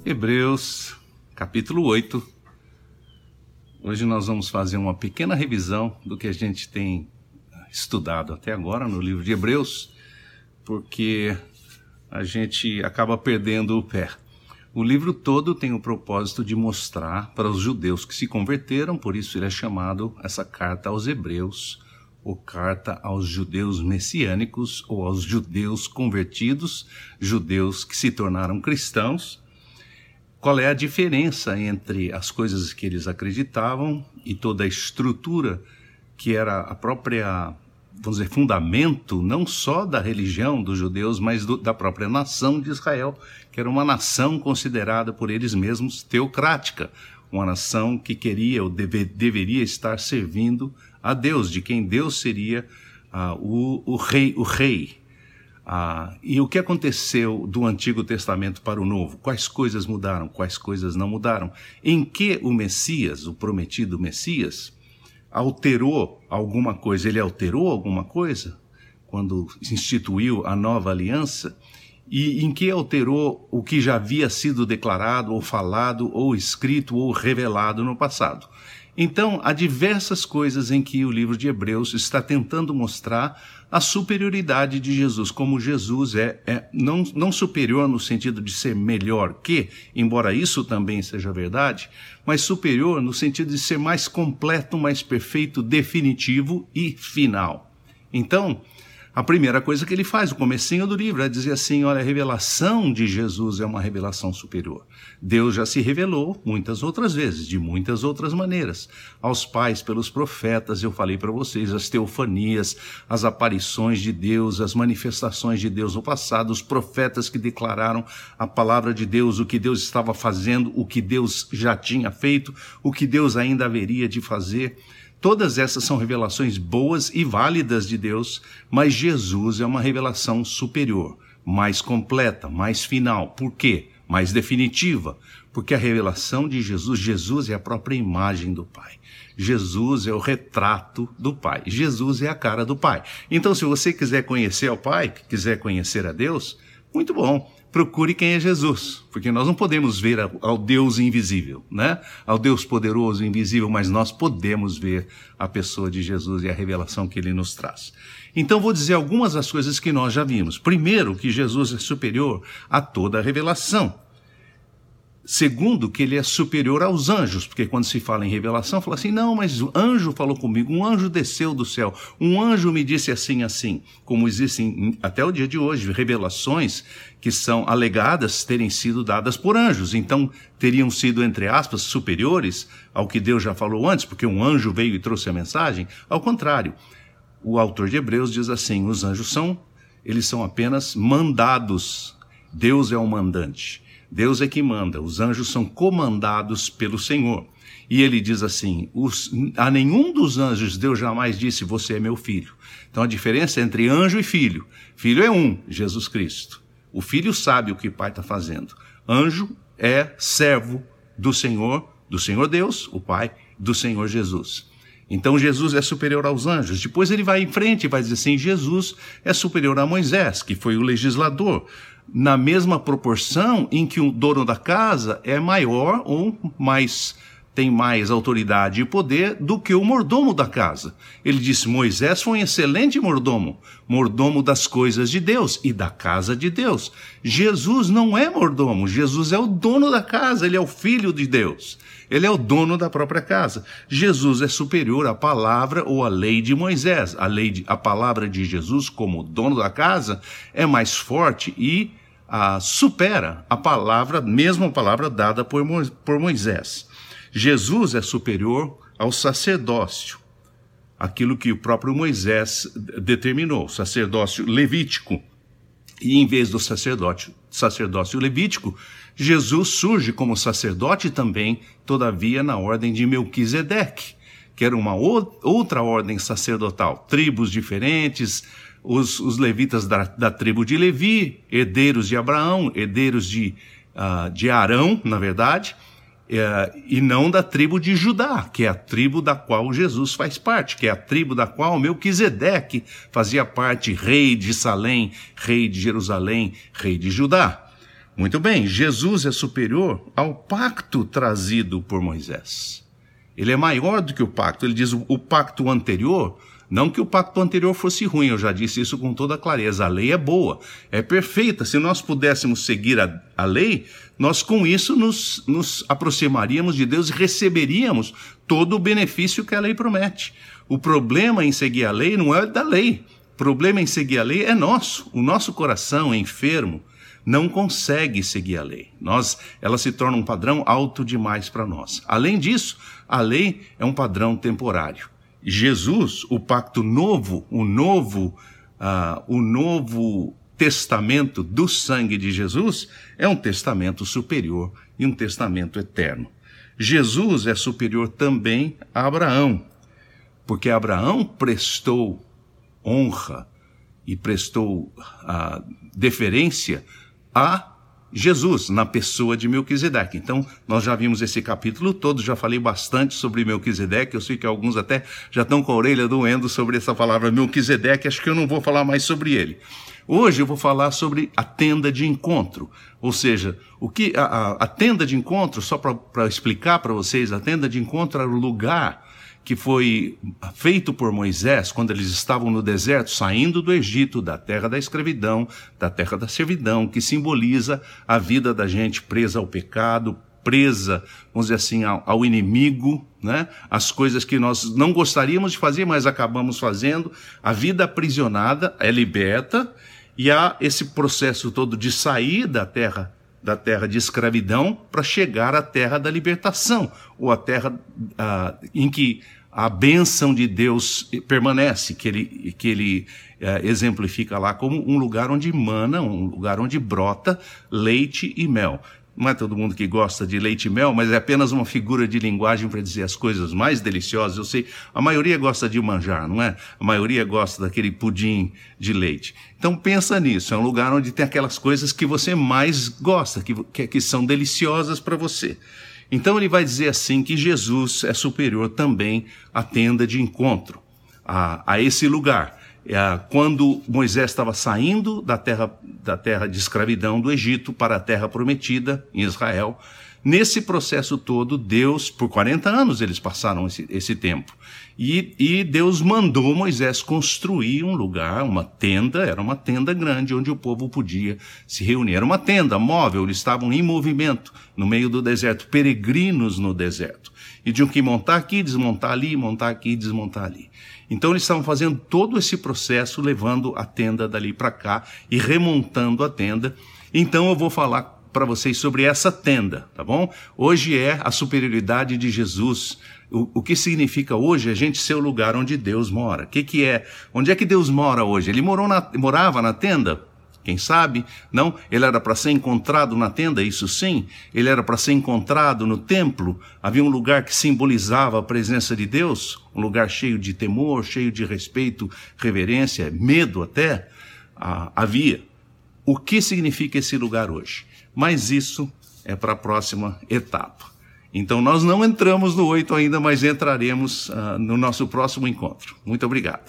Hebreus, capítulo 8. Hoje nós vamos fazer uma pequena revisão do que a gente tem estudado até agora no livro de Hebreus, porque a gente acaba perdendo o pé. O livro todo tem o propósito de mostrar para os judeus que se converteram, por isso ele é chamado essa carta aos Hebreus, ou carta aos judeus messiânicos, ou aos judeus convertidos, judeus que se tornaram cristãos. Qual é a diferença entre as coisas que eles acreditavam e toda a estrutura que era a própria, vamos dizer, fundamento não só da religião dos judeus, mas da própria nação de Israel, que era uma nação considerada por eles mesmos teocrática, uma nação que queria ou deveria estar servindo a Deus, de quem Deus seria o rei. E o que aconteceu do Antigo Testamento para o Novo? Quais coisas mudaram? Quais coisas não mudaram? Em que o Messias, o prometido Messias, alterou alguma coisa? Ele alterou alguma coisa quando instituiu a nova aliança? E em que alterou o que já havia sido declarado, ou falado, ou escrito, ou revelado no passado? Então, há diversas coisas em que o livro de Hebreus está tentando mostrar a superioridade de Jesus, como Jesus não superior no sentido de ser melhor que, embora isso também seja verdade, mas superior no sentido de ser mais completo, mais perfeito, definitivo e final. Então, a primeira coisa que ele faz, o comecinho do livro, é dizer assim, olha, a revelação de Jesus é uma revelação superior. Deus já se revelou muitas outras vezes, de muitas outras maneiras. Aos pais, pelos profetas, eu falei para vocês, as teofanias, as aparições de Deus, as manifestações de Deus no passado, os profetas que declararam a palavra de Deus, o que Deus estava fazendo, o que Deus já tinha feito, o que Deus ainda haveria de fazer. Todas essas são revelações boas e válidas de Deus, mas Jesus é uma revelação superior, mais completa, mais final. Por quê? Mais definitiva. Porque a revelação de Jesus é a própria imagem do Pai. Jesus é o retrato do Pai. Jesus é a cara do Pai. Então, se você quiser conhecer ao Pai, quiser conhecer a Deus, muito bom. Procure quem é Jesus, porque nós não podemos ver ao Deus invisível, né? Ao Deus poderoso e invisível, mas nós podemos ver a pessoa de Jesus e a revelação que ele nos traz. Então vou dizer algumas das coisas que nós já vimos. Primeiro, que Jesus é superior a toda a revelação. Segundo, que ele é superior aos anjos, porque quando se fala em revelação, fala assim, não, mas o anjo falou comigo, um anjo desceu do céu, um anjo me disse assim, assim, como existem até o dia de hoje, revelações que são alegadas terem sido dadas por anjos, então teriam sido, entre aspas, superiores ao que Deus já falou antes, porque um anjo veio e trouxe a mensagem. Ao contrário, o autor de Hebreus diz assim, os anjos eles são apenas mandados, Deus é o mandante. Deus é que manda, os anjos são comandados pelo Senhor. E ele diz assim, a nenhum dos anjos Deus jamais disse, você é meu filho. Então a diferença entre anjo e filho. Filho é um, Jesus Cristo. O filho sabe o que o pai está fazendo. Anjo é servo do Senhor Deus, o Pai, do Senhor Jesus. Então Jesus é superior aos anjos. Depois ele vai em frente e vai dizer assim, Jesus é superior a Moisés, que foi o legislador. Na mesma proporção em que o dono da casa é maior ou tem mais autoridade e poder do que o mordomo da casa. Ele disse, Moisés foi um excelente mordomo das coisas de Deus e da casa de Deus. Jesus não é mordomo, Jesus é o dono da casa, ele é o filho de Deus. Ele é o dono da própria casa. Jesus é superior à palavra ou à lei de Moisés. A palavra de Jesus, como dono da casa, é mais forte e supera a palavra, mesmo a palavra dada por Moisés. Jesus é superior ao sacerdócio, aquilo que o próprio Moisés determinou, sacerdócio levítico. E em vez do sacerdócio levítico, Jesus surge como sacerdote também, todavia na ordem de Melquisedeque, que era uma outra ordem sacerdotal, tribos diferentes, os levitas da tribo de Levi, herdeiros de Abraão, herdeiros de Arão, na verdade, e não da tribo de Judá, que é a tribo da qual Jesus faz parte, que é a tribo da qual Melquisedeque fazia parte, rei de Salém, rei de Jerusalém, rei de Judá. Muito bem, Jesus é superior ao pacto trazido por Moisés. Ele é maior do que o pacto. Ele diz o pacto anterior, não que o pacto anterior fosse ruim, eu já disse isso com toda clareza. A lei é boa, é perfeita. Se nós pudéssemos seguir a lei, nós com isso nos aproximaríamos de Deus e receberíamos todo o benefício que a lei promete. O problema em seguir a lei não é da lei. O problema em seguir a lei é nosso. O nosso coração enfermo não consegue seguir a lei. Ela se torna um padrão alto demais para nós. Além disso, a lei é um padrão temporário. Jesus, o pacto novo, o novo testamento do sangue de Jesus, é um testamento superior e um testamento eterno. Jesus é superior também a Abraão, porque Abraão prestou honra e prestou deferência a Jesus, na pessoa de Melquisedeque. Então, nós já vimos esse capítulo todo, já falei bastante sobre Melquisedeque, eu sei que alguns até já estão com a orelha doendo sobre essa palavra Melquisedeque, acho que eu não vou falar mais sobre ele. Hoje eu vou falar sobre a tenda de encontro, ou seja, a tenda de encontro, só para explicar para vocês, a tenda de encontro era o lugar que foi feito por Moisés quando eles estavam no deserto, saindo do Egito, da terra da escravidão, da terra da servidão, que simboliza a vida da gente presa ao pecado, presa, vamos dizer assim, ao inimigo, né? As coisas que nós não gostaríamos de fazer, mas acabamos fazendo. A vida aprisionada é liberta e há esse processo todo de sair da terra de escravidão para chegar à terra da libertação, ou à terra em que a bênção de Deus permanece, que ele exemplifica lá como um lugar onde mana, um lugar onde brota leite e mel. Não é todo mundo que gosta de leite e mel, mas é apenas uma figura de linguagem para dizer as coisas mais deliciosas. Eu sei, a maioria gosta de manjar, não é? A maioria gosta daquele pudim de leite. Então pensa nisso, é um lugar onde tem aquelas coisas que você mais gosta, que são deliciosas para você. Então ele vai dizer assim que Jesus é superior também à tenda de encontro, a esse lugar. Quando Moisés estava saindo da terra de escravidão do Egito para a terra prometida em Israel, nesse processo todo, Deus, por 40 anos eles passaram esse tempo, e Deus mandou Moisés construir um lugar, uma tenda, era uma tenda grande onde o povo podia se reunir. Era uma tenda móvel, eles estavam em movimento no meio do deserto, peregrinos no deserto. E tinham que montar aqui, desmontar ali, montar aqui, desmontar ali. Então eles estavam fazendo todo esse processo, levando a tenda dali para cá e remontando a tenda. Então eu vou falar para vocês sobre essa tenda, tá bom? Hoje é a superioridade de Jesus. O que significa hoje a gente ser o lugar onde Deus mora. Que é? Onde é que Deus mora hoje? Ele morava na tenda? Quem sabe? Não, ele era para ser encontrado na tenda, isso sim. Ele era para ser encontrado no templo. Havia um lugar que simbolizava a presença de Deus, um lugar cheio de temor, cheio de respeito, reverência, medo até. Havia. O que significa esse lugar hoje? Mas isso é para a próxima etapa. Então nós não entramos no 8 ainda, mas entraremos no nosso próximo encontro. Muito obrigado.